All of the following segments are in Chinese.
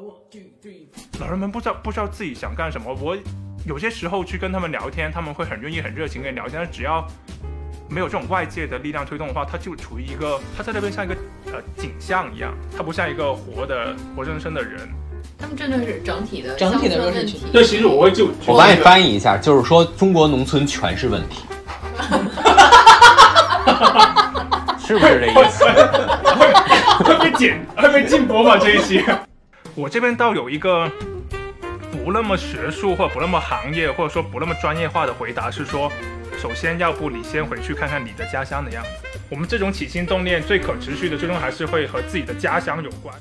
老人们不知道自己想干什么。我有些时候去跟他们聊天，他们会很愿意很热情跟你聊天，但只要没有这种外界的力量推动的话，他就处于一个他在那边像一个景象一样，他不像一个活生生的人。 他们针对是整体的弱势群体。 对，其实我帮你翻译一下，就是说中国农村全是问题，是不是这意思？ 会被禁播吗这一期？我这边倒有一个不那么学术或者不那么行业或者说不那么专业化的回答，是说首先要不你先回去看看你的家乡的样子。我们这种起心动念最可持续的最终还是会和自己的家乡有关。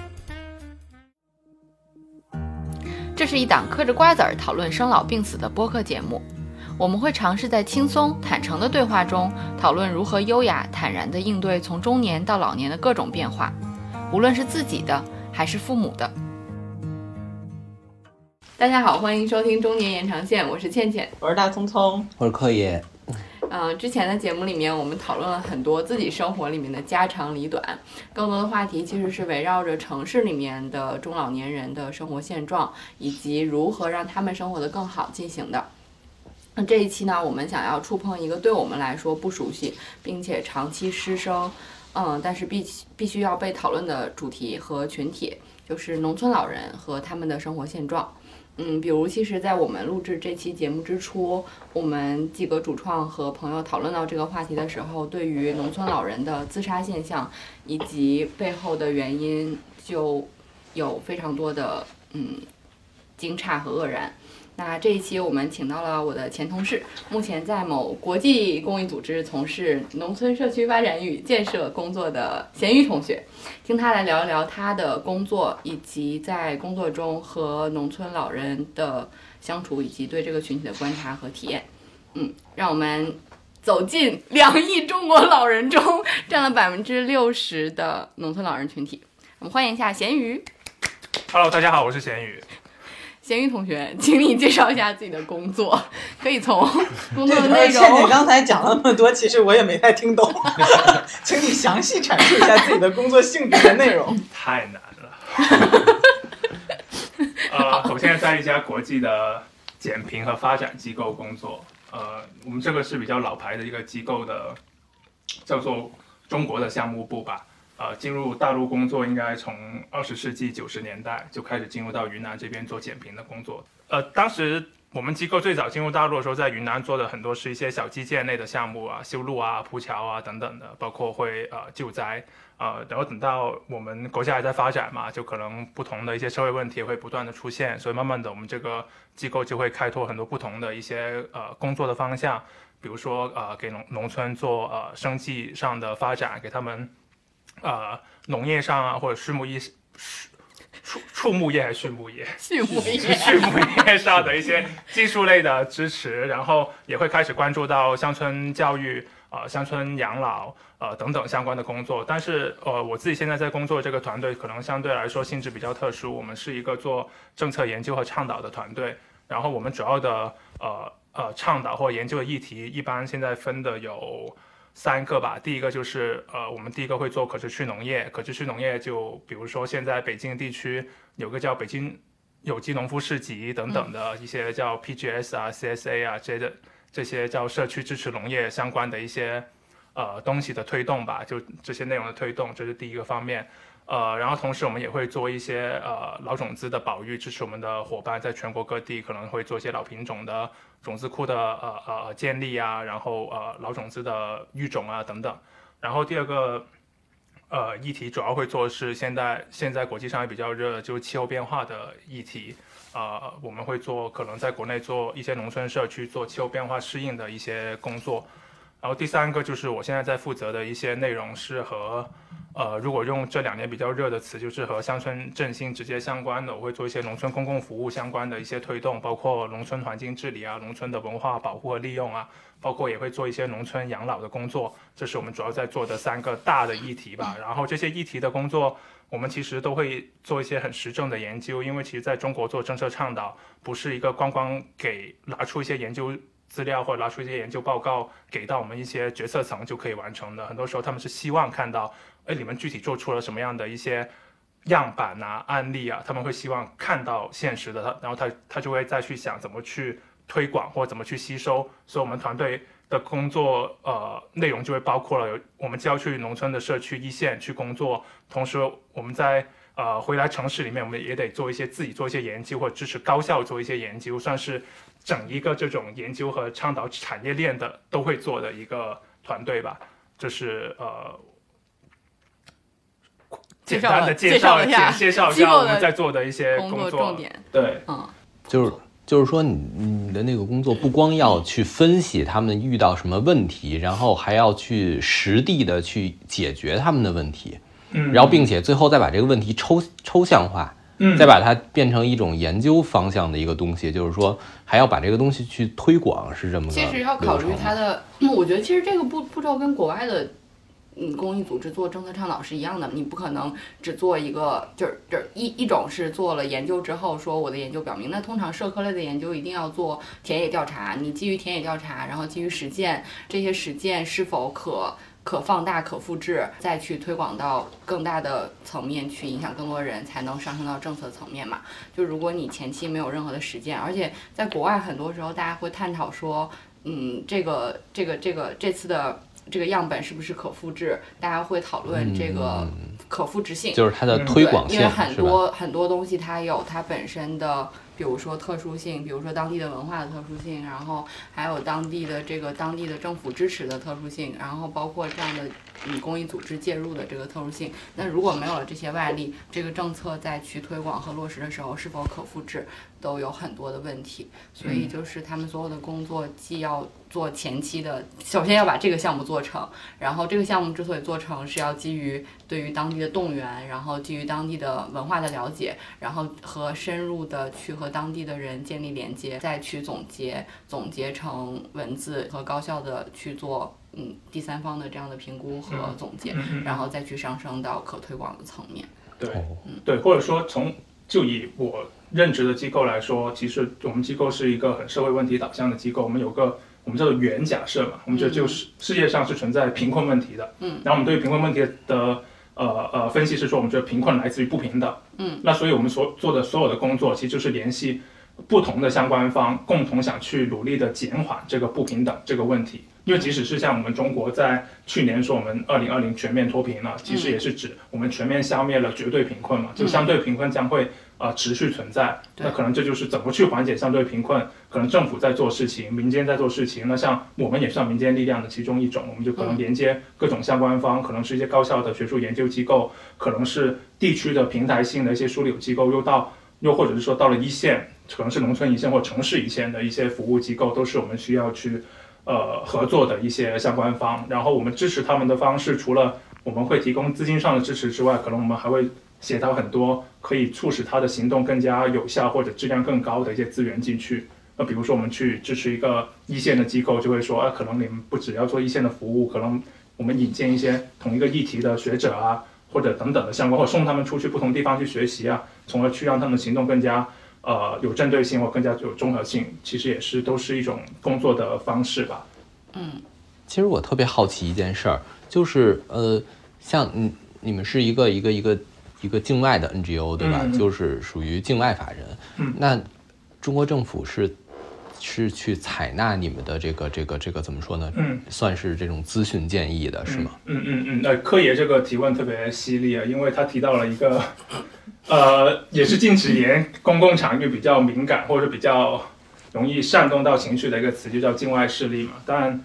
这是一档嗑着瓜子儿讨论生老病死的播客节目，我们会尝试在轻松坦诚的对话中讨论如何优雅坦然地应对从中年到老年的各种变化，无论是自己的还是父母的。大家好，欢迎收听中年延长线，我是倩倩， 我是大聪聪， 我是柯爷。 之前的节目里面我们讨论了很多自己生活里面的家长里短，更多的话题其实是围绕着城市里面的中老年人的生活现状以及如何让他们生活得更好进行的。那这一期呢，我们想要触碰一个对我们来说不熟悉并且长期失声但是必须要被讨论的主题和群体，就是农村老人和他们的生活现状。比如其实在我们录制这期节目之初，我们几个主创和朋友讨论到这个话题的时候，对于农村老人的自杀现象以及背后的原因就有非常多的惊诧和愕然。那这一期我们请到了我的前同事，目前在某国际公益组织从事农村社区发展与建设工作的咸鱼同学，听他来聊一聊他的工作以及在工作中和农村老人的相处以及对这个群体的观察和体验。让我们走进2亿中国老人中占了60%的农村老人群体。我们欢迎一下咸鱼。 Hello， 大家好，我是咸鱼。 咸鱼同学，请你介绍一下自己的工作，可以从工作的内容。 倩倩刚才讲了那么多，其实我也没太听懂，请你详细阐述一下自己的工作性质和内容。 太难了。我现在在一家国际的减贫和发展机构工作。我们这个是比较老牌的一个机构的，叫做中国的项目部吧。进入大陆工作应该从20世纪90年代就开始进入到云南这边做减贫的工作。当时我们机构最早进入大陆的时候，在云南做的很多是一些小基建类的项目啊，修路啊、铺桥啊等等的，包括会救灾。然后等到我们国家还在发展嘛，就可能不同的一些社会问题会不断的出现，所以慢慢的我们这个机构就会开拓很多不同的一些工作的方向，比如说给农村做生计上的发展，给他们农业上啊，或者畜牧业还是畜牧业？畜牧业上的一些技术类的支持，然后也会开始关注到乡村教育、乡村养老等等相关的工作。但是我自己现在在工作这个团队可能相对来说性质比较特殊，我们是一个做政策研究和倡导的团队，然后我们主要的倡导或研究的议题一般现在分的有3个吧。第一个就是我们第一个会做可持续农业。可持续农业就比如说现在北京地区有个叫北京有机农夫市集等等的一些叫 PGS 啊 CSA 啊这些叫社区支持农业相关的一些东西的推动吧，就这些内容的推动，这是第一个方面。然后同时我们也会做一些老种子的保育，支持我们的伙伴在全国各地可能会做一些老品种的种子库的建立啊，然后老种子的育种啊等等。然后第二个议题主要会做是现在国际上也比较热，就是气候变化的议题。我们会做可能在国内做一些农村社区做气候变化适应的一些工作。然后第3个就是我现在在负责的一些内容是和如果用这2年比较热的词，就是和乡村振兴直接相关的。我会做一些农村公共服务相关的一些推动，包括农村环境治理啊、农村的文化保护和利用啊，包括也会做一些农村养老的工作。这是我们主要在做的3个大的议题吧。然后这些议题的工作我们其实都会做一些很实证的研究，因为其实在中国做政策倡导不是一个光给拿出一些研究资料或者拿出一些研究报告给到我们一些决策层就可以完成的。很多时候他们是希望看到你们具体做出了什么样的一些样板啊、案例啊，他们会希望看到现实的，然后他就会再去想怎么去推广或怎么去吸收。所以我们团队的工作内容就会包括了我们就要去农村的社区一线去工作，同时我们在回来城市里面，我们也得自己做一些研究，或者支持高校做一些研究，算是整一个这种研究和倡导产业链的都会做的一个团队吧。这是简单的介绍一下我们在做的一些工作重点。 对， 就是说你的那个工作不光要去分析他们遇到什么问题，然后还要去实地的去解决他们的问题，然后并且最后再把这个问题抽象化，再把它变成一种研究方向的一个东西，就是说还要把这个东西去推广，是这么个流程。 其实要考虑它的，我觉得其实这个步骤跟国外的公益组织做政策倡导是一样的，你不可能只做一个，就是一种是做了研究之后说我的研究表明，那通常社科类的研究一定要做田野调查，你基于田野调查，然后基于实践，这些实践是否可放大、可复制，再去推广到更大的层面，去影响更多人，才能上升到政策层面嘛。就如果你前期没有任何的实践，而且在国外很多时候大家会探讨说，这次的这个样本是不是可复制？大家会讨论这个可复制性， 就是它的推广性， 因为很多东西它有它本身的，比如说特殊性，比如说当地的文化的特殊性，然后还有当地的政府支持的特殊性，然后包括这样的公益组织介入的这个特殊性。那如果没有了这些外力，这个政策在去推广和落实的时候是否可复制，都有很多的问题。所以就是他们所有的工作既要做前期的，首先要把这个项目做成，然后这个项目之所以做成，是要基于对于当地的动员，然后基于当地的文化的了解，然后和深入的去和当地的人建立连接，再去总结成文字和高效的去做第三方的这样的评估和总结，然后再去上升到可推广的层面。 对，或者说就以我任职的机构来说，其实我们机构是一个很社会问题导向的机构，我们有个我们叫做原假设嘛，我们觉得就是世界上是存在贫困问题的，然后我们对于贫困问题的分析是说，我们觉得贫困来自于不平等，那所以我们所做的所有的工作，其实就是联系不同的相关方，共同想去努力的减缓这个不平等这个问题。因为即使是像我们中国在去年说我们2020全面脱贫了，其实也是指我们全面消灭了绝对贫困嘛，就相对贫困将会持续存在。那可能这就是怎么去缓解相对贫困，可能政府在做事情，民间在做事情。那像我们也算民间力量的其中一种，我们就可能连接各种相关方，可能是一些高校的学术研究机构，可能是地区的平台性的一些枢纽机构，又或者是说到了一线，可能是农村一线或城市一线的一些服务机构，都是我们需要去合作的一些相关方。然后我们支持他们的方式，除了我们会提供资金上的支持之外，可能我们还会协调很多可以促使他的行动更加有效或者质量更高的一些资源进去。比如说我们去支持一个一线的机构，就会说可能你们不只要做一线的服务，可能我们引荐一些同一个议题的学者啊，或者等等的相关，或者送他们出去不同地方去学习啊，从而去让他们的行动更加有针对性或更加有综合性，其实都是一种工作的方式吧。 其实我特别好奇一件事儿，就是像你们是一个境外的 NGO 对吧？就是属于境外法人。那中国政府是去采纳你们的这个怎么说呢？算是这种资讯建议的是吗？ 柯爷这个提问特别犀利啊，因为他提到了一个也是近几年公共场域比较敏感或者比较容易煽动到情绪的一个词，就叫境外势力嘛。当然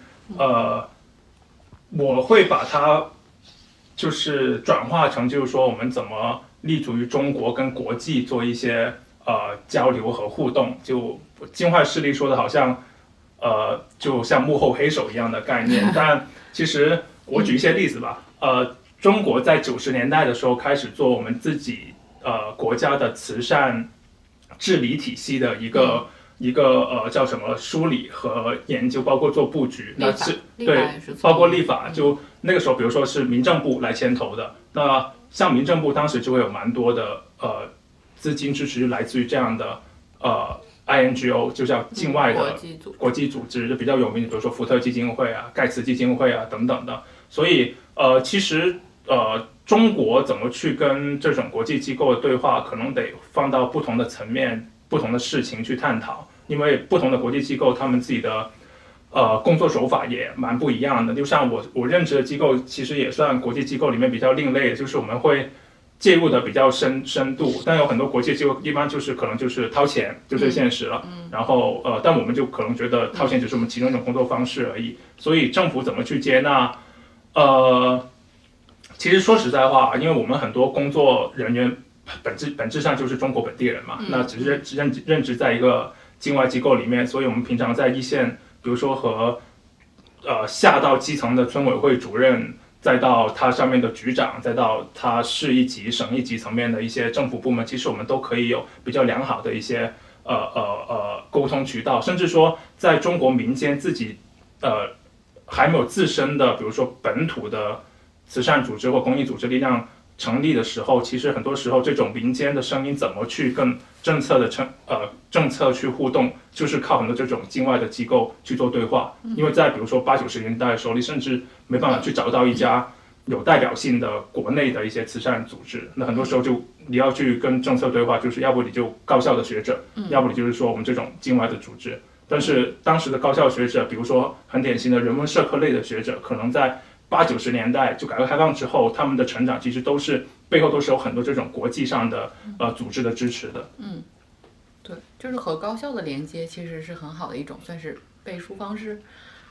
我会把它就是转化成就是说我们怎么立足于中国跟国际做一些交流和互动。就境外势力说的好像就像幕后黑手一样的概念，但其实我举一些例子吧。中国在90年代的时候开始做我们自己国家的慈善治理体系的一个叫什么梳理和研究，包括做布局。那是对，包括立法。就那个时候，比如说是民政部来牵头的，那像民政部当时就会有蛮多的资金支持来自于这样的INGO， 就叫境外的国际组织，就比较有名的，比如说福特基金会啊、盖茨基金会啊等等的。所以其实中国怎么去跟这种国际机构的对话，可能得放到不同的层面、不同的事情去探讨，因为不同的国际机构他们自己的工作手法也蛮不一样的。就像我任职的机构，其实也算国际机构里面比较另类的，就是我们会介入的比较深度，但有很多国际机构一般就是可能就是掏钱就最现实了，然后但我们就可能觉得掏钱只是我们其中一种工作方式而已，所以政府怎么去接纳，其实说实在话，因为我们很多工作人员本质上就是中国本地人嘛，那只是任职在一个境外机构里面，所以我们平常在一线，比如说和下到基层的村委会主任，再到他上面的局长，再到他市一级、省一级层面的一些政府部门，其实我们都可以有比较良好的一些沟通渠道，甚至说在中国民间自己还没有自身的，比如说本土的慈善组织或公益组织力量成立的时候，其实很多时候这种民间的声音怎么去跟政策去互动，就是靠很多这种境外的机构去做对话。因为在比如说80、90年代的时候，你甚至没办法去找到一家有代表性的国内的一些慈善组织，那很多时候就你要去跟政策对话，就是要不你就高校的学者，要不你就是说我们这种境外的组织。但是当时的高校学者，比如说很典型的人文社科类的学者，可能在80、90年代就改革开放之后，他们的成长其实背后都是有很多这种国际上的组织的支持的。 对，就是和高校的连接其实是很好的一种算是背书方式。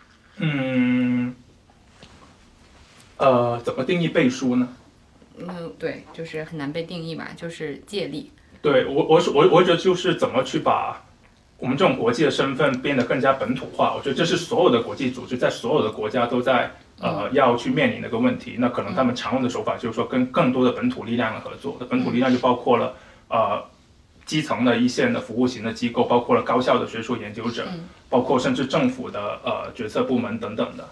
怎么定义背书呢？ 对，就是很难被定义吧，就是借力。 对，我觉得就是怎么去把我们这种国际的身份变得更加本土化，我觉得这是所有的国际组织在所有的国家都在要去面临的一个问题。那可能他们常用的手法就是说跟更多的本土力量的合作，那本土力量就包括了基层的一线的服务型的机构，包括了高校的学术研究者，包括甚至政府的决策部门等等的。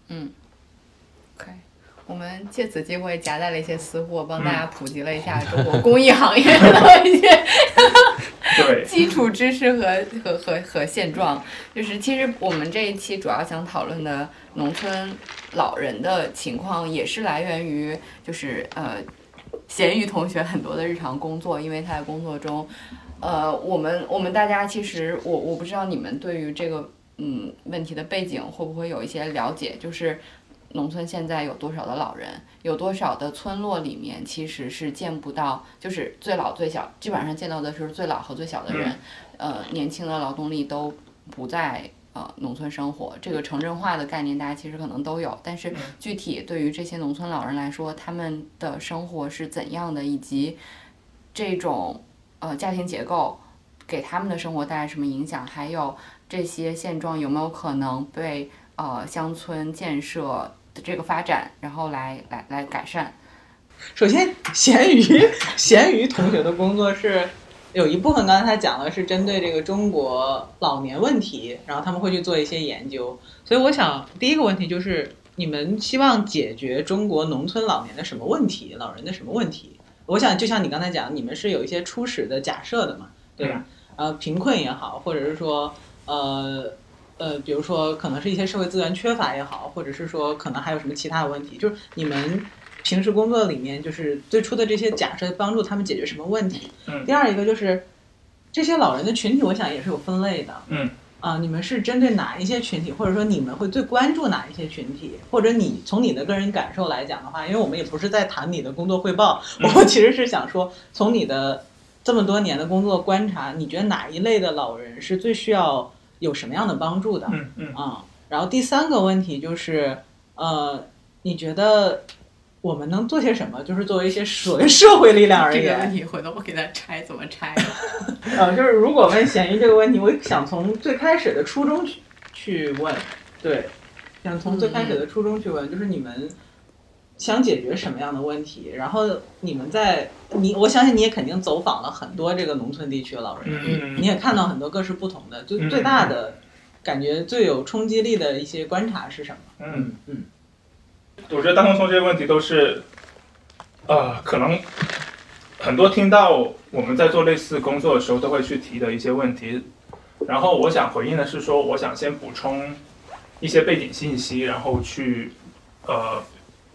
OK， 我们借此机会夹带了一些私货，帮大家普及了一下中国公益行业的一些对基础知识和现状。就是其实我们这一期主要想讨论的农村老人的情况，也是来源于就是咸鱼同学很多的日常工作，因为他在工作中，我们大家其实我不知道你们对于这个问题的背景会不会有一些了解，就是农村现在有多少的老人，有多少的村落里面其实是见不到，就是最老最小，基本上见到的是最老和最小的人，年轻的劳动力都不在农村生活。这个城镇化的概念大家其实可能都有，但是具体对于这些农村老人来说，他们的生活是怎样的，以及这种家庭结构给他们的生活带来什么影响，还有这些现状有没有可能被乡村建设的这个发展，然后来改善。 首先，咸鱼同学的工作是有一部分，刚才他讲了是针对这个中国老年问题，然后他们会去做一些研究。所以我想第一个问题就是，你们希望解决中国农村老年的什么问题，老人的什么问题？我想就像你刚才讲，你们是有一些初始的假设的嘛，对吧？贫困也好，或者是说比如说可能是一些社会资源缺乏也好，或者是说可能还有什么其他的问题，就是你们平时工作里面就是最初的这些假设帮助他们解决什么问题。第二一个就是这些老人的群体，我想也是有分类的。你们是针对哪一些群体，或者说你们会最关注哪一些群体，或者你从你的个人感受来讲的话，因为我们也不是在谈你的工作汇报，我其实是想说从你的这么多年的工作观察，你觉得哪一类的老人是最需要有什么样的帮助的？然后第三个问题就是，你觉得我们能做些什么？就是作为一些所谓社会力量而言， 这个问题回头我给他拆，怎么拆？ 就是如果问咸鱼这个问题，我想从最开始的初衷去问，对，想从最开始的初衷去问，就是你们想解决什么样的问题？然后你们我相信你也肯定走访了很多这个农村地区的老人，你也看到很多各式不同的，就最大的感觉最有冲击力的一些观察是什么？ 我觉得当中从这些问题都是，可能很多听到我们在做类似工作的时候都会去提的一些问题。然后我想回应的是说，我想先补充一些背景信息，然后去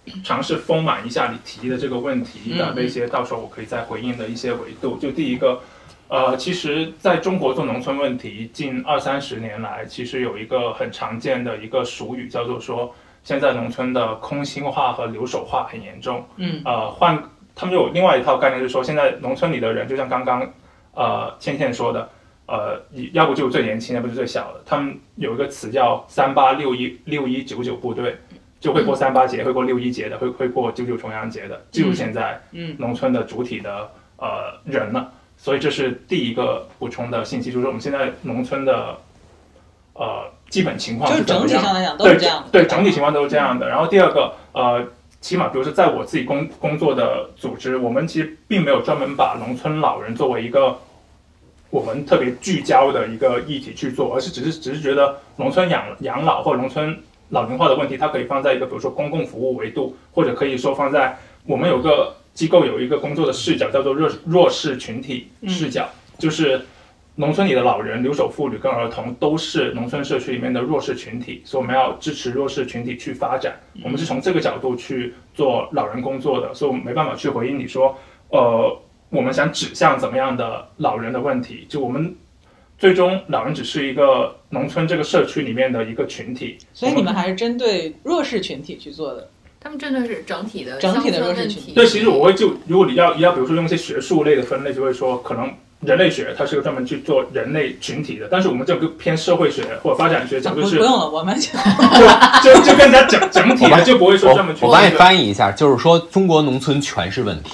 尝试丰满一下你提的这个问题的那些，到时候我可以再回应的一些维度。就第一个，其实在中国做农村问题近20-30年来，其实有一个很常见的一个俗语，叫做说现在农村的空心化和留守化很严重。他们有另外一套概念，就是说现在农村里的人，就像刚刚倩倩说的，要不就是最年轻的，不是最小的。他们有一个词叫386199部队，就会过38节，会过61节的，会过99重阳节的，就是现在农村的主体的人了。所以这是第一个补充的信息，就是我们现在农村的基本情况就是怎么样， 整体上来讲都是这样的。 对，整体情况都是这样的。然后第二个起码比如说在我自己工作的组织，我们其实并没有专门把农村老人作为一个我们特别聚焦的一个议题去做，而是只是觉得农村养老或者农村老龄化的问题，它可以放在一个比如说公共服务维度，或者可以说放在我们有个机构有一个工作的视角，叫做弱势群体视角，就是农村里的老人、留守妇女跟儿童都是农村社区里面的弱势群体，所以我们要支持弱势群体去发展。我们是从这个角度去做老人工作的，所以我们没办法去回应你说，我们想指向怎么样的老人的问题。就我们最终老人只是一个农村这个社区里面的一个群体， 所以你们还是针对弱势群体去做的。 他们针对是整体的弱势群体。 对，其实我会如果你要比如说用一些学术类的分类，就会说可能人类学它是个专门去做人类群体的，但是我们这个偏社会学或者发展学角度是不用了，我们就更加整体的，就不会说专门去。 我帮你翻译一下，就是说中国农村全是问题，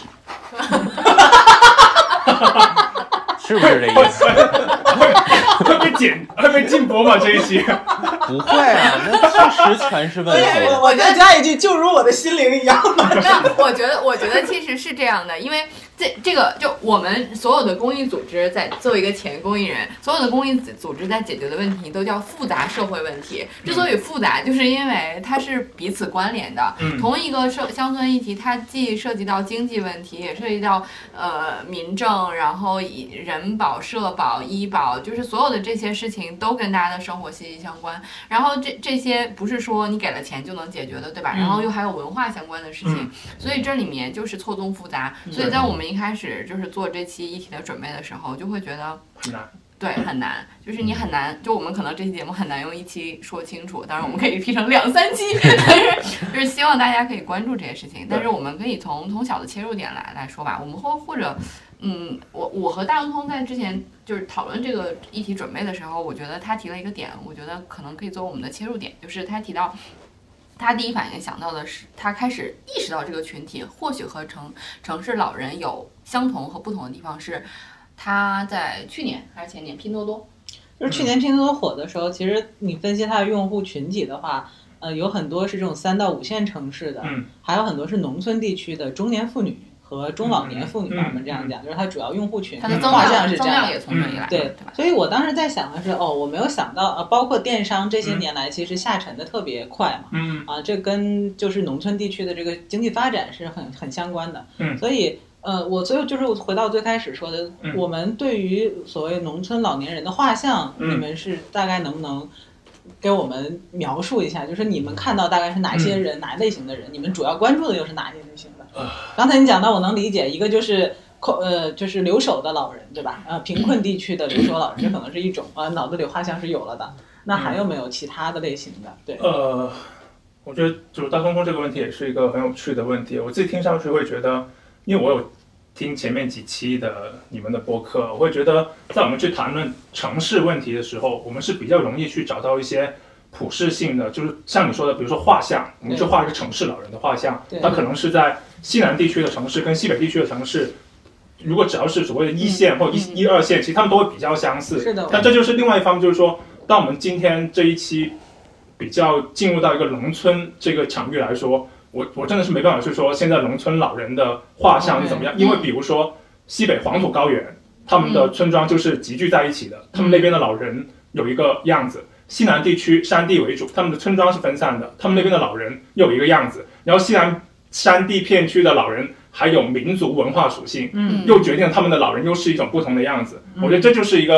是不是这意思？ 会被禁播吗？这一期不会啊，那确实全是问题。 我再加一句，就如我的心灵一样。 那我觉得其实是这样的，因为这个就我们所有的公益组织在作为一个前公益人，所有的公益组织在解决的问题都叫复杂社会问题。之所以复杂，就是因为它是彼此关联的。同一个乡村议题，它既涉及到经济问题，也涉及到民政，然后人保、社保、医保，就是所有的这些事情都跟大家的生活息息相关。然后这些不是说你给了钱就能解决的，对吧？然后又还有文化相关的事情，所以这里面就是错综复杂。所以在我们一开始就是做这期议题的准备的时候，就会觉得很难。 对，很难，就是你很难，就我们可能这期节目很难用一期说清楚，当然我们可以劈成2-3期，但是就是希望大家可以关注这些事情。但是我们可以从小的切入点来说吧，我们或者我和大文通在之前就是讨论这个议题准备的时候，我觉得他提了一个点，我觉得可能可以做我们的切入点，就是他提到他第一反应想到的是，他开始意识到这个群体或许和城市老人有相同和不同的地方是。他在去年还是前年，拼多多， 就是去年拼多多火的时候，其实你分析它的用户群体的话，有很多是这种3到5线城市的，还有很多是农村地区的中年妇女和中老年妇女，我们这样讲，就是它主要用户群它的画像是这样， 增量也从这里来， 对吧？所以我当时在想的是，我没有想到，包括电商这些年来其实下沉的特别快嘛，这跟就是农村地区的这个经济发展是很相关的，所以。所以就是回到最开始说的，我们对于所谓农村老年人的画像，你们是大概能不能给我们描述一下？就是你们看到大概是哪些人，哪类型的人？你们主要关注的又是哪些类型的？刚才你讲到，我能理解，一个就是就是留守的老人，对吧？贫困地区的留守老人，这可能是一种脑子里画像是有了的。那还有没有其他的类型的？对， 我觉得就是大通通这个问题也是一个很有趣的问题。我自己听上去会觉得。因为我有听前面几期的你们的播客，我会觉得在我们去谈论城市问题的时候，我们是比较容易去找到一些普适性的，就是像你说的，比如说画像，我们就画一个城市老人的画像，它可能是在西南地区的城市跟西北地区的城市，如果只要是所谓的1线或1、2线，其实他们都会比较相似。 是的。 但这就是另外一方面，就是说，当我们今天这一期比较进入到一个农村这个场域来说。我真的是没办法去说现在农村老人的画像是怎么样，因为比如说西北黄土高原，他们的村庄就是集聚在一起的，他们那边的老人有一个样子；西南地区山地为主，他们的村庄是分散的，他们那边的老人又有一个样子。然后西南山地片区的老人还有民族文化属性，又决定他们的老人又是一种不同的样子。我觉得这就是一个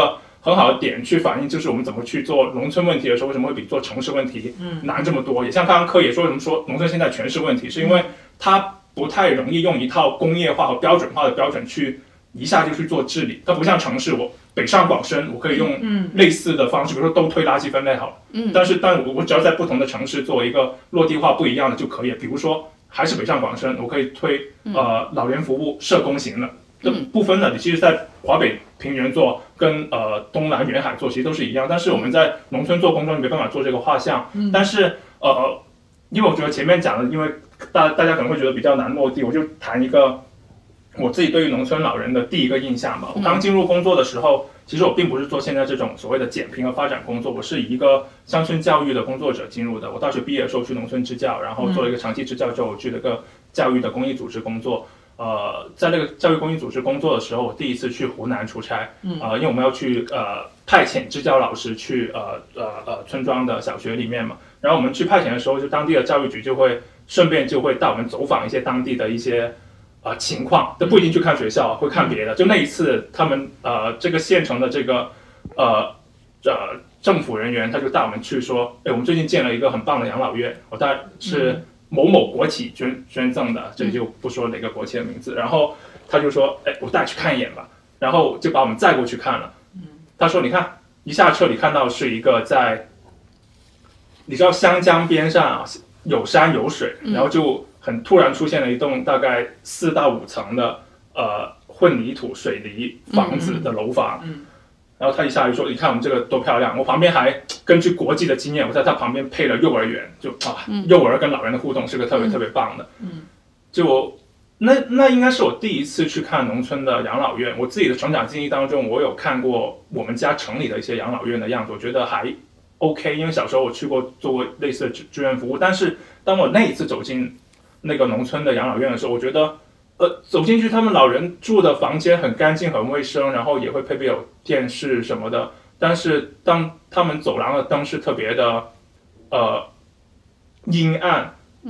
很好的点去反映，就是我们怎么去做农村问题的时候，为什么会比做城市问题难这么多？也像刚刚柯也说，为什么说农村现在全是问题，是因为它不太容易用一套工业化和标准化的标准去一下就去做治理。它不像城市，我北上广深，我可以用类似的方式，比如说都推垃圾分类好了，但我只要在不同的城市做一个落地化不一样的就可以。比如说还是北上广深，我可以推老人服务社工型的。不分的，你其实在华北平原做跟东南沿海做其实都是一样，但是我们在农村做工作没办法做这个画像。但是因为我觉得前面讲的，因为大家可能会觉得比较难落地，我就谈一个我自己对于农村老人的第一个印象吧。我刚进入工作的时候，其实我并不是做现在这种所谓的减贫和发展工作，我是以一个乡村教育的工作者进入的。我大学毕业的时候去农村支教，然后做了一个长期支教之后，我去了个教育的公益组织工作。在那个教育公益组织工作的时候，我第一次去湖南出差，因为我们要去派遣支教老师去村庄的小学里面嘛。然后我们去派遣的时候，就当地的教育局就会顺便就会带我们走访一些当地的一些情况，都不一定去看学校，会看别的。就那一次，他们这个县城的这个政府人员他就带我们去说，我们最近建了一个很棒的养老院，我大概是某某国企捐赠的，这里就不说哪个国企的名字。然后他就说，我带去看一眼吧，然后就把我们载过去看了。他说，你看一下车里看到是一个在，你知道湘江边上啊，有山有水，然后就很突然出现了一栋大概4到5层的混凝土水泥房子的楼房。然后他一下就说，你看我们这个多漂亮，我旁边还根据国际的经验，我在他旁边配了幼儿园，就幼儿跟老人的互动是个特别特别棒的。就那应该是我第一次去看农村的养老院。我自己的成长经历当中，我有看过我们家城里的一些养老院的样子，我觉得还 OK， 因为小时候我去过做过类似的志愿服务。但是当我那一次走进那个农村的养老院的时候，我觉得走进去他们老人住的房间很干净很卫生，然后也会配备有电视什么的，但是当他们走廊的灯是特别的阴暗，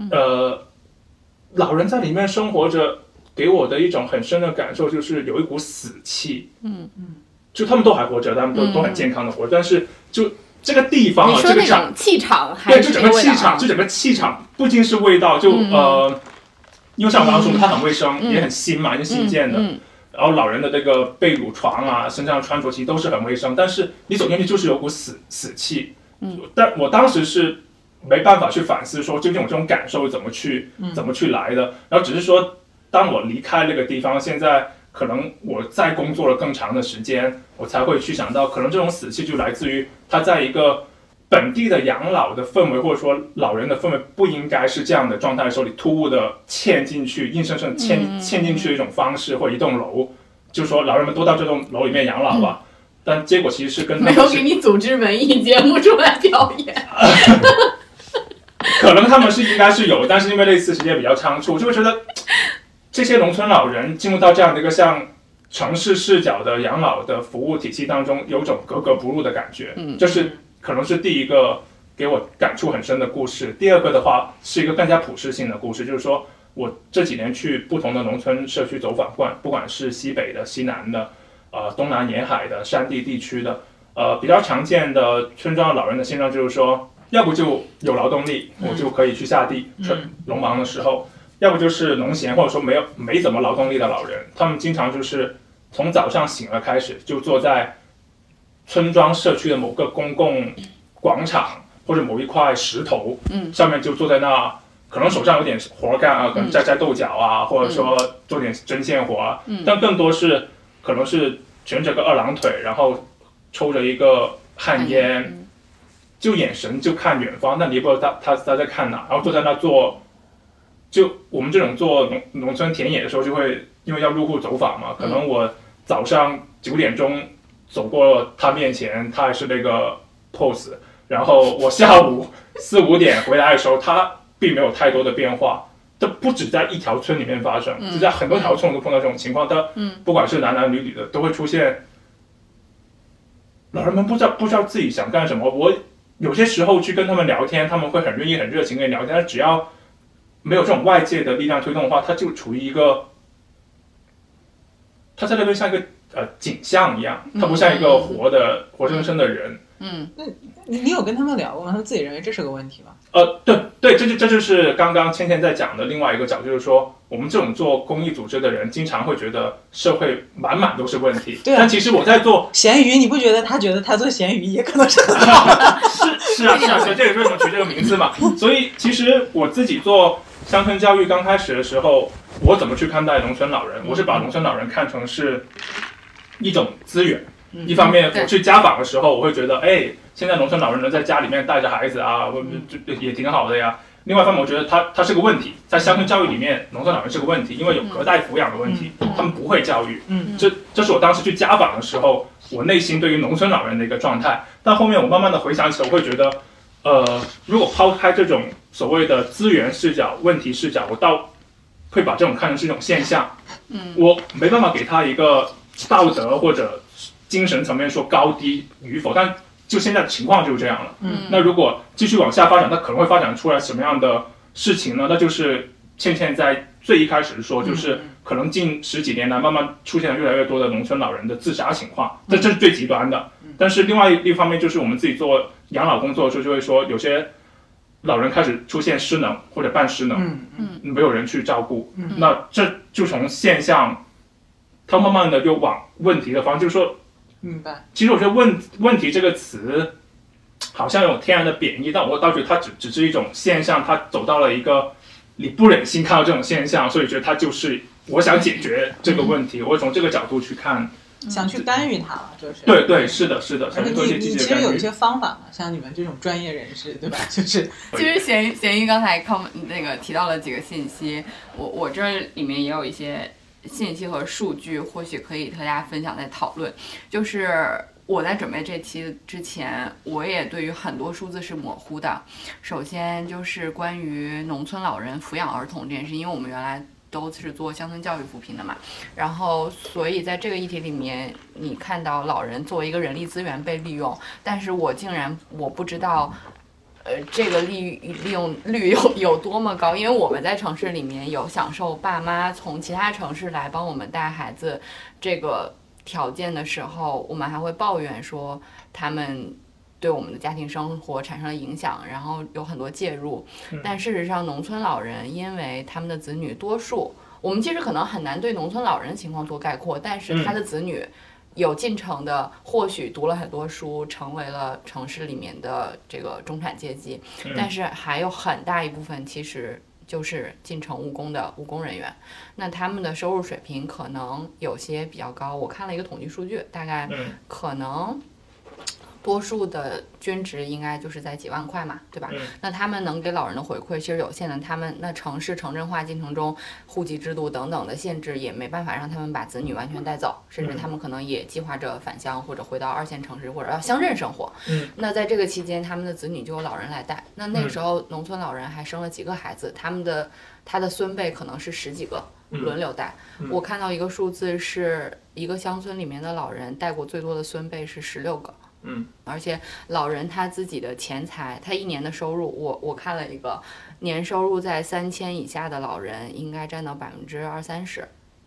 老人在里面生活着，给我的一种很深的感受就是有一股死气。就他们都还活着，他们都很健康的活着，但是就这个地方你说那种气场还是对，就整个气场不仅是味道，就因为像我刚刚说的，它很卫生，也很新嘛，因为新建的。然后老人的这个被褥床啊，身上穿着其实都是很卫生，但是你走进去就是有股死气。但我当时是没办法去反思说，究竟我这种感受怎么去来的。然后只是说，当我离开那个地方，现在可能我再工作了更长的时间，我才会去想到，可能这种死气就来自于他在一个本地的养老的氛围，或者说老人的氛围不应该是这样的状态的时候，你突兀的嵌进去，硬生生嵌进去的一种方式，或一栋楼，就说老人们都到这栋楼里面养老吧。但结果其实是跟他们没有给你组织文艺节目出来表演。 可能他们是应该是有，但是因为那次时间比较仓促，就会觉得这些农村老人进入到这样的一个像城市视角的养老的服务体系当中，有种格格不入的感觉。就是可能是第一个给我感触很深的故事。第二个的话是一个更加普适性的故事，就是说我这几年去不同的农村社区走访，不管是西北的、西南的、东南沿海的、山地地区的，比较常见的村庄老人的现状就是说，要不就有劳动力，我就可以去下地农忙的时候，要不就是农闲或者说没怎么劳动力的老人，他们经常就是从早上醒了开始就坐在村庄社区的某个公共广场或者某一块石头，上面就坐在那，可能手上有点活干啊，可能摘豆角啊，或者说做点针线活啊，但更多是可能是蜷着个2郎腿，然后抽着一个旱烟，就眼神就看远方，但你也不知道他在看哪，然后坐在那做，就我们这种做农村田野的时候，就会因为要入户走访嘛，可能我早上9点钟走过他面前，他还是那个 pose， 然后我下午4、5点回来的时候，他并没有太多的变化。这不止在一条村里面发生，就在很多条村都碰到这种情况。他不管是男女的，都会出现老人们不知道自己想干什么。我有些时候去跟他们聊天，他们会很愿意、很热情跟你聊天，但只要没有这种外界的力量推动的话，他就处于一个他在那边像一个景象一样，它不像一个活生生的人。 那你有跟他们聊过吗？他们自己认为这是个问题吗？ 对，这就是刚刚倩倩在讲的另外一个角度，就是说我们这种做公益组织的人，经常会觉得社会满满都是问题。 对啊， 但其实我在做咸鱼，你不觉得他觉得他做咸鱼也可能是很好的？ 是啊，所以这也是为什么取这个名字嘛。所以其实我自己做乡村教育刚开始的时候，我怎么去看待农村老人？我是把农村老人看成是一种资源。一方面，我去家访的时候，我会觉得，现在农村老人能在家里面带着孩子啊，也挺好的呀。另外一方面，我觉得它是个问题，在乡村教育里面，农村老人是个问题，因为有隔代抚养的问题，他们不会教育。这是我当时去家访的时候，我内心对于农村老人的一个状态。但后面我慢慢的回想起来，我会觉得，如果抛开这种所谓的资源视角、问题视角，我倒会把这种看成是一种现象。我没办法给他一个道德或者精神层面说高低与否，但就现在的情况就是这样了。那如果继续往下发展，它可能会发展出来什么样的事情呢？那就是倩倩在最一开始说，就是可能近10几年来慢慢出现了越来越多的农村老人的自杀情况，这是最极端的。但是另外一方面，就是我们自己做养老工作的时候，就会说有些老人开始出现失能或者半失能，没有人去照顾，那这就从现象，它慢慢的又往问题的方向，就是说。 明白。 其实我觉得问题这个词好像有天然的贬义，但我倒觉得它只是一种现象，它走到了一个你不忍心看到这种现象，所以觉得它就是我想解决这个问题，我会从这个角度去看， 想去干预它了，就是。 对，是的。 而且你其实有一些方法嘛，像你们这种专业人士，对吧？就是。 其实咸鱼刚才提到了几个信息，我这里面也有一些信息和数据，或许可以和大家分享再讨论。就是我在准备这期之前，我也对于很多数字是模糊的。首先就是关于农村老人抚养儿童这件事，因为我们原来都是做乡村教育扶贫的嘛，然后所以在这个议题里面，你看到老人作为一个人力资源被利用，但是我不知道。这个利用率有多么高？因为我们在城市里面有享受爸妈从其他城市来帮我们带孩子这个条件的时候，我们还会抱怨说他们对我们的家庭生活产生了影响，然后有很多介入。但事实上，农村老人因为他们的子女多数，我们其实可能很难对农村老人的情况做概括，但是他的子女。有进城的，或许读了很多书，成为了城市里面的这个中产阶级，但是还有很大一部分其实就是进城务工的务工人员，那他们的收入水平可能有些比较高。我看了一个统计数据，大概可能多数的均值应该就是在几万块嘛，对吧？那他们能给老人的回馈其实有限的，他们那城镇化进程中户籍制度等等的限制也没办法让他们把子女完全带走，甚至他们可能也计划着返乡或者回到2线城市或者要乡镇生活。那在这个期间，他们的子女就由老人来带。那个时候农村老人还生了几个孩子，他的孙辈可能是10几个轮流带。我看到一个数字是一个乡村里面的老人带过最多的孙辈是16个。而且老人他自己的钱财，他一年的收入，我看了一个年收入在3000以下的老人应该占到20-30%。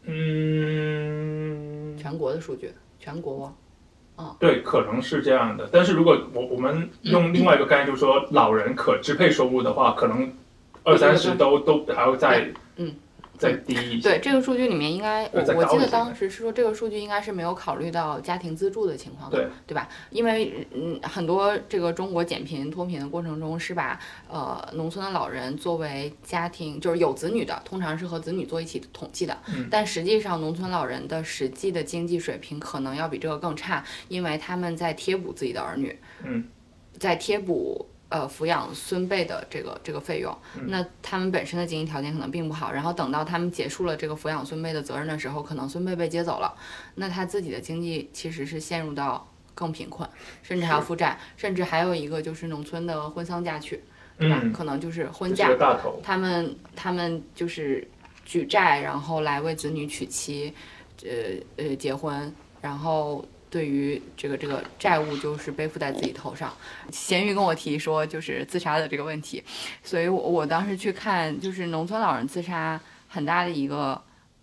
全国的数据，全国。 对，可能是这样的。但是如果我们用另外一个概念，就是说老人可支配收入的话，可能20-30都还要再低一些。 对，这个数据里面应该，我记得当时是说这个数据应该是没有考虑到家庭资助的情况的，对吧？因为很多这个中国减贫脱贫的过程中是把农村的老人作为家庭，就是有子女的，通常是和子女做一起统计的，但实际上农村老人的实际的经济水平可能要比这个更差，因为他们在贴补自己的儿女，在贴补。抚养孙辈的这个费用，那他们本身的经济条件可能并不好，然后等到他们结束了这个抚养孙辈的责任的时候，可能孙辈被接走了，那他自己的经济其实是陷入到更贫困，甚至还要负债，甚至还有一个就是农村的婚丧嫁娶，对吧？可能就是婚嫁，他们就是举债，然后来为子女娶妻，结婚，然后。对于这个债务就是背负在自己头上。咸鱼跟我提说就是自杀的这个问题，所以我当时去看，就是农村老人自杀很大的一个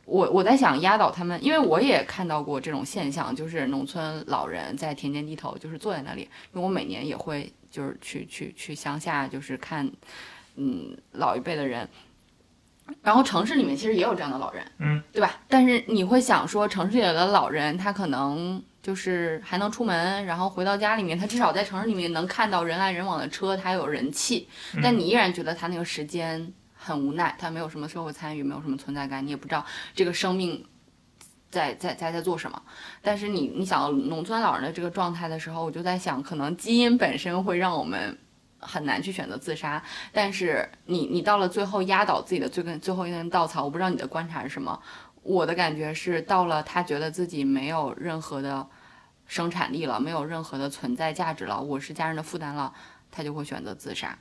我在想压倒他们，因为我也看到过这种现象，就是农村老人在田间地头，就是坐在那里。因为我每年也会就是去乡下，就是看老一辈的人。然后城市里面其实也有这样的老人，对吧？但是你会想说，城市里的老人他可能就是还能出门，然后回到家里面，他至少在城市里面能看到人来人往的车，他有人气。但你依然觉得他那个时间很无奈，他没有什么社会参与，没有什么存在感，你也不知道这个生命在做什么。但是你想到农村老人的这个状态的时候，我就在想，可能基因本身会让我们很难去选择自杀，但是你到了最后压倒自己的最后一根稻草，我不知道你的观察是什么。我的感觉是，到了他觉得自己没有任何的生产力了，没有任何的存在价值了，我是家人的负担了，他就会选择自杀。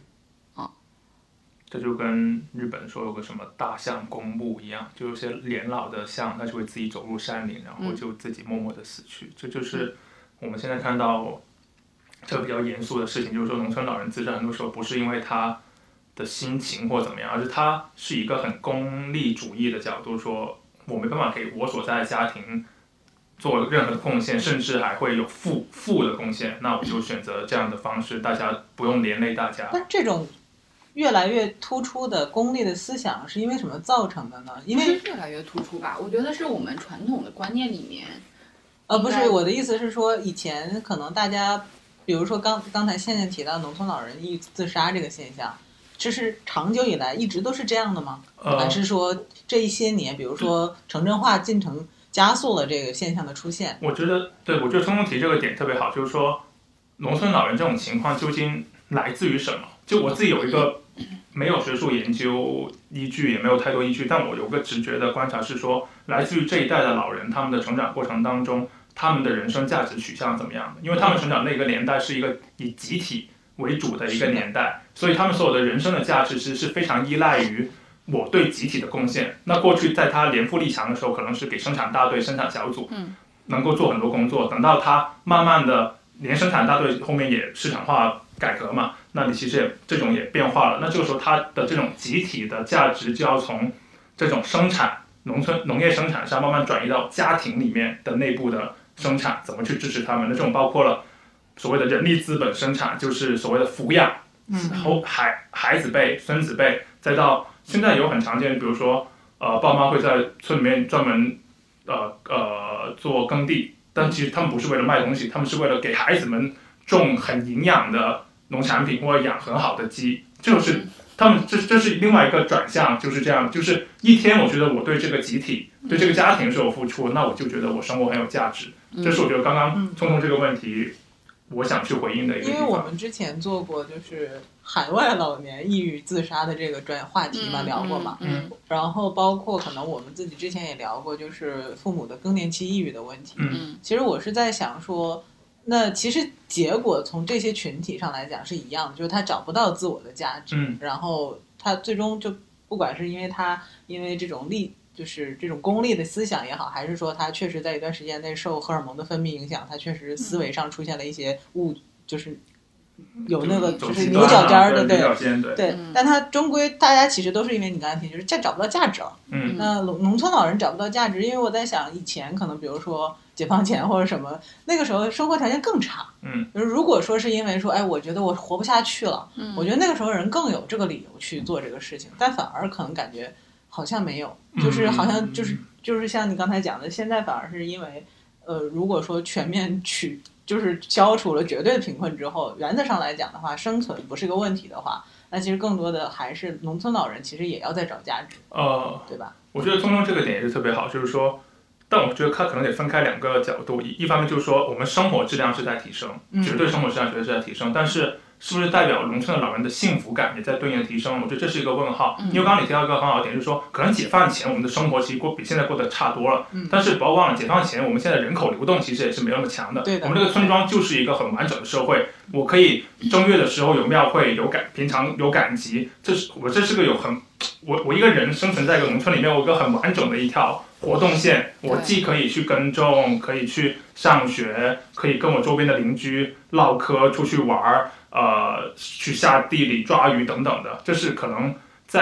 这就跟日本说有个什么大象公墓一样，就有些年老的象，它就会自己走入山林，然后就自己默默的死去。这就是我们现在看到这个比较严肃的事情，就是说农村老人自杀很多时候不是因为他的心情或怎么样，而是他是一个很功利主义的角度，说我没办法给我所在的家庭做任何的贡献，甚至还会有负的贡献，那我就选择这样的方式，大家不用连累大家。 但这种越来越突出的功利的思想是因为什么造成的呢？因为越来越突出吧，我觉得是我们传统的观念里面。 不是，我的意思是说，以前可能大家，比如说刚才倩倩提到农村老人抑郁自杀这个现象，这是长久以来一直都是这样的吗？还是说这一些年，比如说城镇化进程加速了这个现象的出现？ 我觉得聪聪提这个点特别好，就是说农村老人这种情况究竟来自于什么？就我自己有一个没有学术研究依据，也没有太多依据，但我有个直觉的观察是说，来自于这一代的老人，他们的成长过程当中，他们的人生价值取向怎么样的？因为他们成长那个年代是一个以集体为主的一个年代，所以他们所有的人生的价值其实是非常依赖于我对集体的贡献。那过去在他年富力强的时候，可能是给生产大队、生产小组，能够做很多工作。等到他慢慢的连生产大队后面也市场化改革嘛，那你其实这种也变化了。那这个时候他的这种集体的价值就要从这种生产农业生产上慢慢转移到家庭里面的内部的生产，怎么去支持他们？那这种包括了所谓的人力资本生产，就是所谓的抚养，孩子辈、孙子辈，再到现在有很常见，比如说爸妈会在村里面专门做耕地，但其实他们不是为了卖东西，他们是为了给孩子们种很营养的农产品或者养很好的鸡，就是他们这是另外一个转向，就是这样，就是一天我觉得我对这个集体、对这个家庭是有付出，那我就觉得我生活很有价值。这是我觉得刚刚聪聪这个问题，我想去回应的一个地方。 因为我们之前做过就是海外老年抑郁自杀的这个话题嘛，聊过嘛，然后包括可能我们自己之前也聊过，就是父母的更年期抑郁的问题。其实我是在想说，那其实结果从这些群体上来讲是一样的，就是他找不到自我的价值，然后他最终就不管是因为这种就是这种功利的思想也好，还是说他确实在一段时间内受荷尔蒙的分泌影响，他确实思维上出现了一些就是有那个就是牛角尖的，对，但他终归大家其实都是因为你刚才提，就是找不到价值了。那农村老人找不到价值，因为我在想以前可能比如说解放前或者什么，那个时候生活条件更差。就是如果说是因为说，哎，我觉得我活不下去了，我觉得那个时候人更有这个理由去做这个事情，但反而可能感觉好像没有，就是好像就是像你刚才讲的，现在反而是因为如果说全面就是消除了绝对的贫困之后，原则上来讲的话，生存不是个问题的话，那其实更多的还是农村老人其实也要在找价值，对吧？ 我觉得聪聪这个点也是特别好，就是说，但我觉得它可能得分开两个角度，一方面就是说我们生活质量是在提升，绝对生活质量绝对是在提升，但是是不是代表农村的老人的幸福感也在对应的提升？我觉得这是一个问号。因为刚刚你提到一个很好的点，就是说可能解放前我们的生活其实比现在过得差多了，但是不要忘了，解放前我们现在人口流动其实也是没那么强的。 对的， 我们这个村庄就是一个很完整的社会，我可以正月的时候有庙会，平常有赶集，这是个我一个人生存在一个农村里面，我有一个很完整的一条活动线，我既可以去耕种，可以去上学，可以跟我周边的邻居唠嗑，出去玩，去下地里抓鱼等等的，这是可能在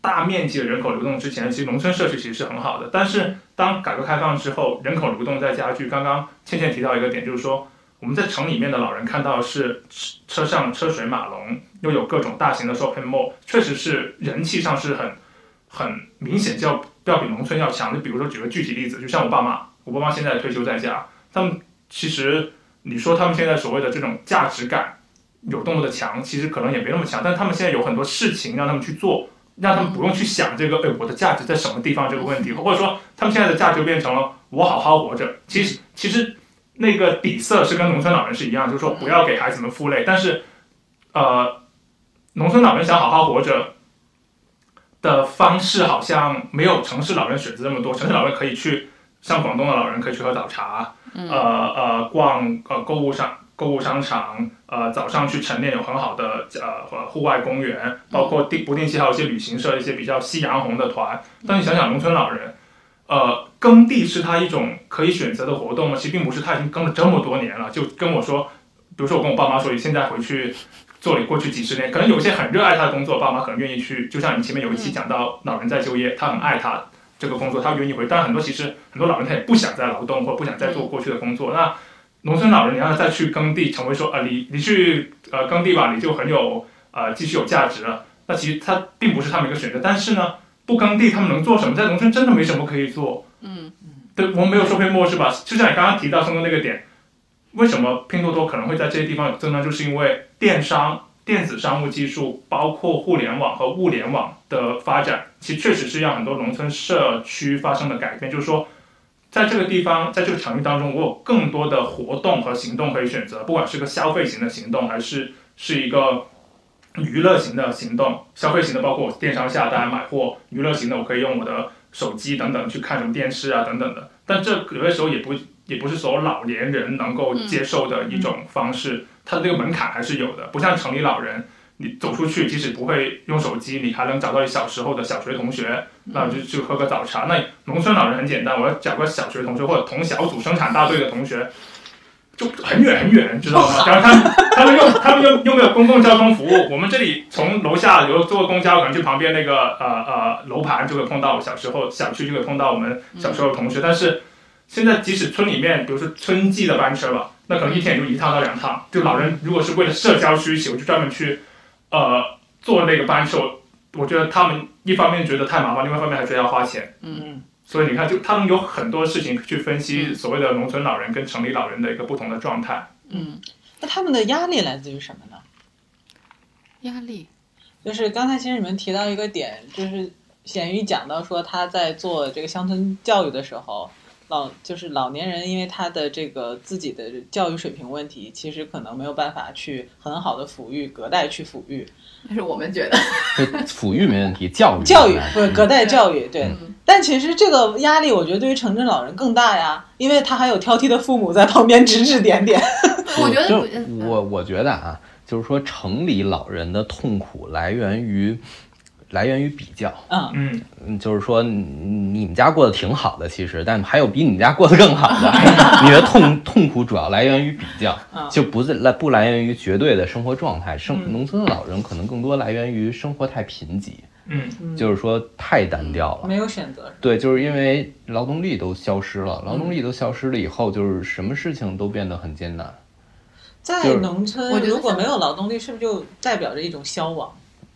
大面积的人口流动之前，其实农村社区其实是很好的。但是当改革开放之后，人口流动在加剧。刚刚倩倩提到一个点，就是说我们在城里面的老人看到是车上车水马龙，又有各种大型的 shopping mall， 确实是人气上是很明显要比农村要强。就比如说举个具体例子，就像我爸妈现在退休在家，他们其实你说他们现在所谓的这种价值感有多么的强，其实可能也没那么强，但他们现在有很多事情让他们去做，让他们不用去想这个，我的价值在什么地方这个问题，或者说他们现在的价值变成了我好好活着。其实那个底色是跟农村老人是一样，就是说不要给孩子们负累，但是农村老人想好好活着的方式好像没有城市老人选择那么多。城市老人可以去，像广东的老人可以去喝早茶，逛购物商场，早上去晨练有很好的户外公园，包括不定期还有一些旅行社一些比较夕阳红的团。但你想想农村老人，耕地是他一种可以选择的活动吗？其实并不是，他已经耕了这么多年了，就跟我说，比如说我跟我爸妈说，你现在回去做了过去几十年，可能有一些很热爱他的工作，爸妈可能愿意去，就像你前面有一期讲到老人在就业，他很爱他这个工作，他愿意回，但很多老人他也不想再劳动或不想再做过去的工作。那农村老人你让他再去耕地，成为说你去耕地吧，你就很有继续有价值了。那其实他并不是他们一个选择，但是呢，不耕地他们能做什么？在农村真的没什么可以做。对，我们没有说shopping mall是吧？就像你刚刚提到松哥那个点，为什么拼多多可能会在这些地方有增长，就是因为电子商务技术，包括互联网和物联网的发展，其实确实是让很多农村社区发生了改变。就是说，在这个地方，在这个场域当中，我有更多的活动和行动可以选择，不管是个消费型的行动，还是一个娱乐型的行动。消费型的包括我电商下单买货，娱乐型的我可以用我的手机等等去看什么电视啊等等的。但这有的时候也不是所有老年人能够接受的一种方式，它的这个门槛还是有的。不像城里老人，你走出去即使不会用手机，你还能找到你小时候的小学同学，那就去喝个早茶。那农村老人很简单，我要找个小学同学或者同小组生产大队的同学，就很远很远，知道吗？然后他们又没有公共交通服务。我们这里从楼下有坐公交，可能去旁边那个楼盘就会碰到小区就会碰到我们小时候的同学。但是现在即使村里面，比如说春季的班车吧，那可能一天也就1趟到2趟。就老人如果是为了社交需求，就专门去坐那个班车，我觉得他们一方面觉得太麻烦，另外一方面还觉得要花钱。所以你看，就他们有很多事情去分析所谓的农村老人跟城里老人的一个不同的状态。 那他们的压力来自于什么呢？ 压力就是刚才其实你们提到一个点，就是显宇讲到说他在做这个乡村教育的时候，老年人因为他的这个自己的教育水平问题，其实可能没有办法去很好的抚育隔代去抚育。 但是我们觉得抚育没问题，教育不是隔代教育，对。但其实这个压力，我觉得对于城镇老人更大呀，因为他还有挑剔的父母在旁边指指点点。 我觉得啊，就是说城里老人的痛苦来源于比较。就是说你们家过得挺好的，其实，但还有比你们家过得更好的。你的痛苦主要来源于比较，就不来源于绝对的生活状态。农村的老人可能更多来源于生活太贫瘠。就是说太单调了， 没有选择。 对，就是因为劳动力都消失了，以后，就是什么事情都变得很艰难。 在农村，如果没有劳动力，是不是就代表着一种消亡？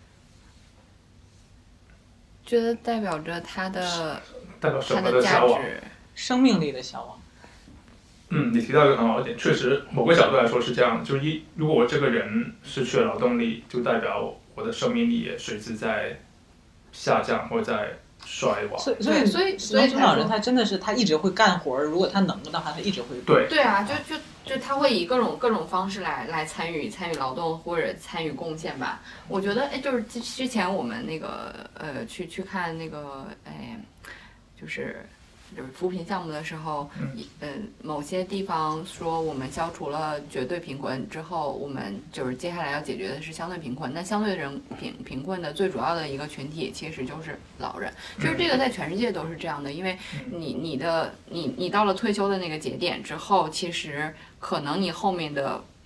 觉得代表着他的价值， 生命力的消亡。 你提到一个很好的点，确实某个角度来说是这样的，就是如果我这个人失去了劳动力，就代表我的生命力也随之在下降或者在衰亡。 所以农村老人他真的是他一直会干活，如果他能的话，他一直会。 对啊，就他会以各种方式来参与劳动或者参与贡献吧。我觉得就是之前我们那个去看那个就是扶贫项目的时候，某些地方说我们消除了绝对贫困之后，我们就是接下来要解决的是相对贫困。那相对贫困的最主要的一个群体其实就是老人，就是这个在全世界都是这样的，因为你到了退休的那个节点之后，其实可能你后面的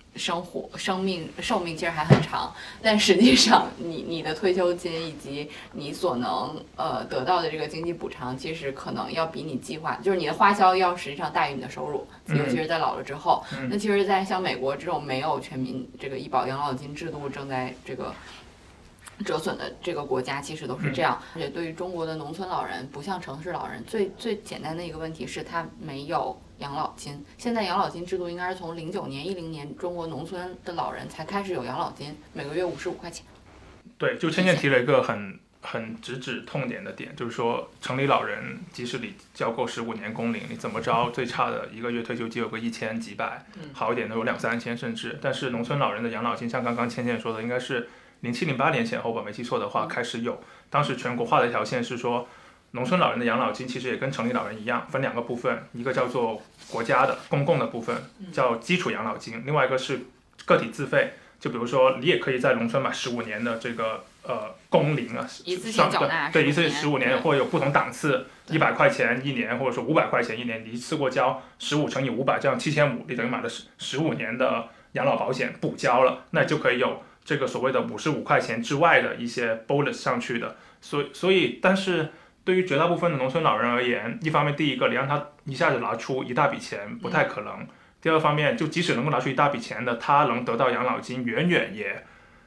寿命其实还很长，但实际上你的退休金以及你所能得到的这个经济补偿，其实可能要比你计划，就是你的花销要实际上大于你的收入，尤其是在老了之后。那其实，在像美国这种没有全民这个医保养老金制度正在这个折损的这个国家，其实都是这样。而且对于中国的农村老人，不像城市老人，最简单的一个问题是他没有养老金。现在养老金制度应该是从09年、10年，中国农村的老人才开始有养老金，每个月55块钱。 对，就芊芊提了一个很直指痛点的点，就是说城里老人即使你交够15年工龄，你怎么着最差的一个月退休金有个1000几百，好一点的有2、3千甚至。但是农村老人的养老金，像刚刚芊芊说的，应该是07、08年前后吧，没记错的话开始有。当时全国画的一条线是说，农村老人的养老金其实也跟城里老人一样，分2个部分，一个叫做国家的公共的部分，叫基础养老金，另外一个是个体自费。就比如说，你也可以在农村买15年的这个工龄啊， 一次性缴纳， 对，一次15年，或者有不同档次，100块钱一年，或者说500块钱一年，你一次过交15乘以500，这样7500，你等于买了15年的养老保险补交了，那就可以有这个所谓的55块钱之外的一些 bonus 上去的。所以，但是对于绝大部分的农村老人而言，一方面，第一个，你让他一下子拿出一大笔钱不太可能。第二方面，就即使能够拿出一大笔钱的，他能得到养老金远远也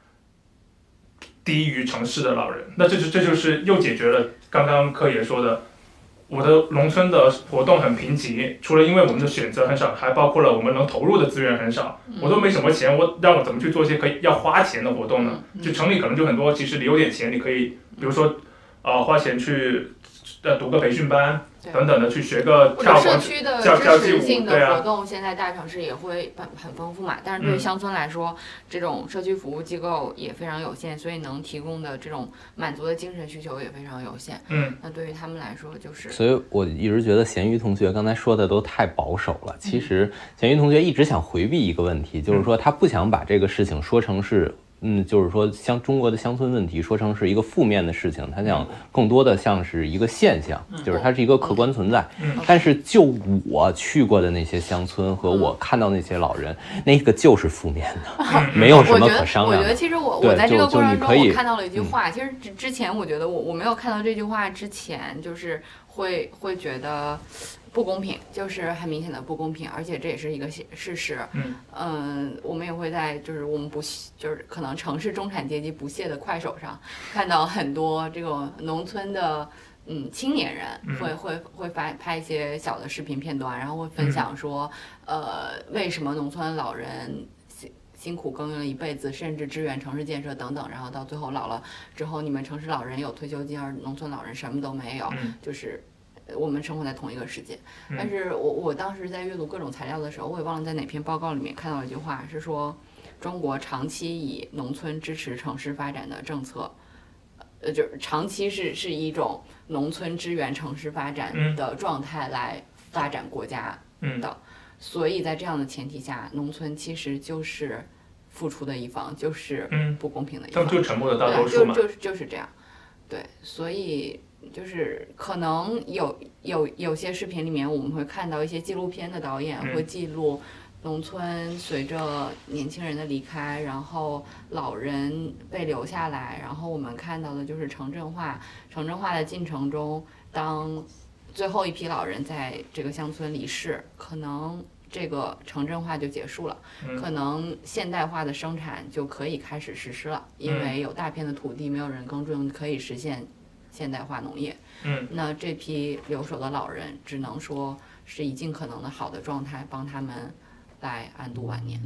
低于城市的老人。那这就是又解决了刚刚柯爷说的，我的农村的活动很贫瘠，除了因为我们的选择很少，还包括了我们能投入的资源很少。我都没什么钱，让我怎么去做一些可以要花钱的活动呢？就城里可能就很多，其实你有点钱，你可以比如说花钱去读个培训班。等等的去学个跳舞， 社区的支持性的活动，现在大城市也会很丰富嘛。但是对于乡村来说，这种社区服务机构也非常有限，所以能提供的这种满足的精神需求也非常有限。那对于他们来说就是。所以我一直觉得咸鱼同学刚才说的都太保守了。其实咸鱼同学一直想回避一个问题，就是说他不想把这个事情说成是。就是说像中国的乡村问题说成是一个负面的事情，他想更多的像是一个现象，就是它是一个客观存在。但是就我去过的那些乡村和我看到那些老人，那个就是负面的，没有什么可商量的。 我觉得其实我在这个过程中我看到了一句话，其实之前我觉得我没有看到这句话之前，就是会觉得不公平，就是很明显的不公平，而且这也是一个事实。我们也会在就是我们就是可能城市中产阶级不屑的快手上看到很多这个农村的青年人会拍一些小的视频片段，然后会分享说为什么农村老人辛苦耕耘了一辈子，甚至支援城市建设等等，然后到最后老了之后，你们城市老人有退休金，而农村老人什么都没有，就是我们生活在同一个世界。但是我当时在阅读各种材料的时候，我也忘了在哪篇报告里面看到一句话，是说中国长期以农村支持城市发展的政策，就是长期是一种农村支援城市发展的状态来发展国家的。所以在这样的前提下，农村其实就是付出的一方，就是不公平的一方， 就沉默的大多数嘛， 就是这样。对，所以就是可能有些视频里面我们会看到一些纪录片的导演会记录农村随着年轻人的离开，然后老人被留下来，然后我们看到的就是城镇化的进程中，当最后一批老人在这个乡村离世，可能这个城镇化就结束了，可能现代化的生产就可以开始实施了，因为有大片的土地没有人耕种，可以实现现代化农业。那这批留守的老人只能说是以尽可能的好的状态帮他们来安度晚年。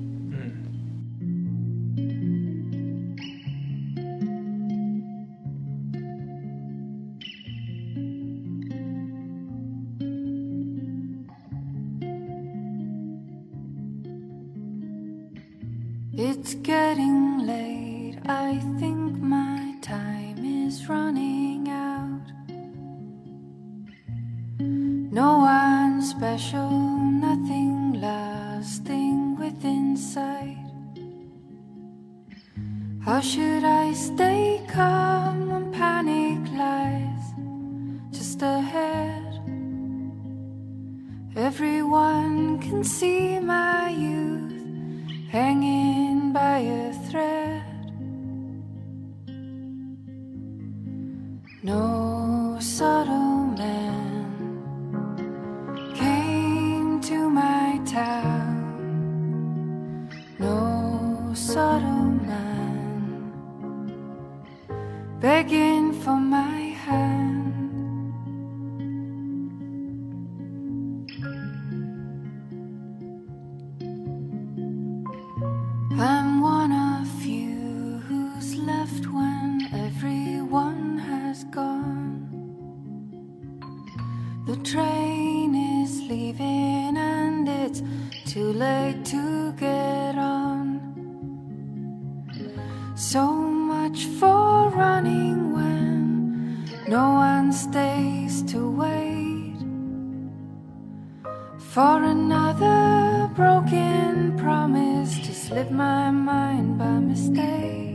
It's getting late, I think my time is running out. No one special, nothing lasting within sight. How should I stay calm when panic lies just ahead? Everyone can see my youth hanging subtle man, begging for my hand. I'm one of you who's left when everyone has gone. The train is leaving and it's too late to get on. So much for running when no one stays to wait for another broken promise to slip my mind by mistake.